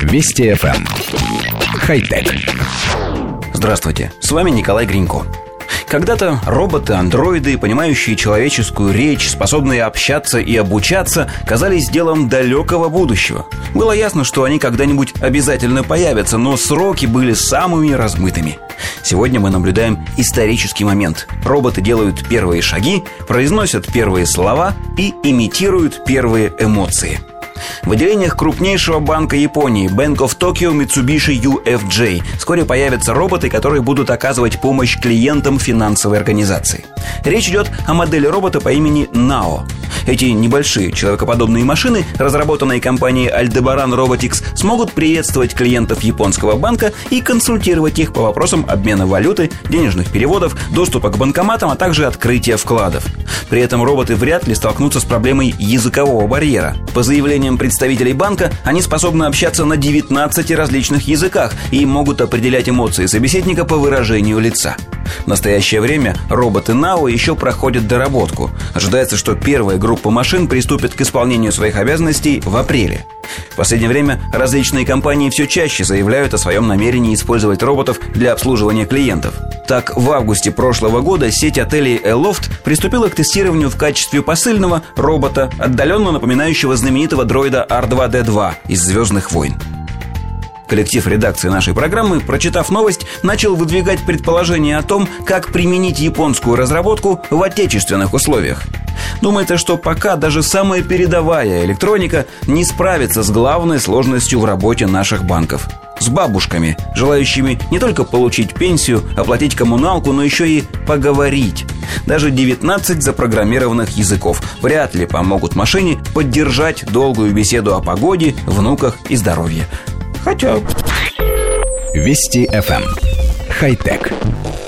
Вести ФМ. Хай-тек. Здравствуйте, с вами Николай Гринько. Когда-то роботы-андроиды, понимающие человеческую речь, способные общаться и обучаться, казались делом далекого будущего. Было ясно, что они когда-нибудь обязательно появятся, но сроки были самыми размытыми. Сегодня мы наблюдаем исторический момент. Роботы делают первые шаги, произносят первые слова и имитируют первые эмоции. В отделениях крупнейшего банка Японии Bank of Tokyo Mitsubishi UFJ вскоре появятся роботы, которые будут оказывать помощь клиентам финансовой организации. Речь идет о модели робота по имени Nao. Эти небольшие человекоподобные машины, разработанные компанией Aldebaran Robotics, смогут приветствовать клиентов японского банка и консультировать их по вопросам обмена валюты, денежных переводов, доступа к банкоматам, а также открытия вкладов. При этом роботы вряд ли столкнутся с проблемой языкового барьера. По заявлениям представителей банка, они способны общаться на 19 различных языках и могут определять эмоции собеседника по выражению лица. В настоящее время роботы Nao еще проходят доработку. Ожидается, что первая группа машин приступит к исполнению своих обязанностей в апреле. В последнее время различные компании все чаще заявляют о своем намерении использовать роботов для обслуживания клиентов. Так, в августе прошлого года сеть отелей Aloft приступила к тестированию в качестве посыльного робота, отдаленно напоминающего знаменитого дроида R2-D2 из «Звездных войн». Коллектив редакции нашей программы, прочитав новость, начал выдвигать предположения о том, как применить японскую разработку в отечественных условиях. Думается, что пока даже самая передовая электроника не справится с главной сложностью в работе наших банков. С бабушками, желающими не только получить пенсию, оплатить коммуналку, но еще и поговорить. Даже 19 запрограммированных языков вряд ли помогут машине поддержать долгую беседу о погоде, внуках и здоровье. Хотя... Вести ФМ. Хай-тек.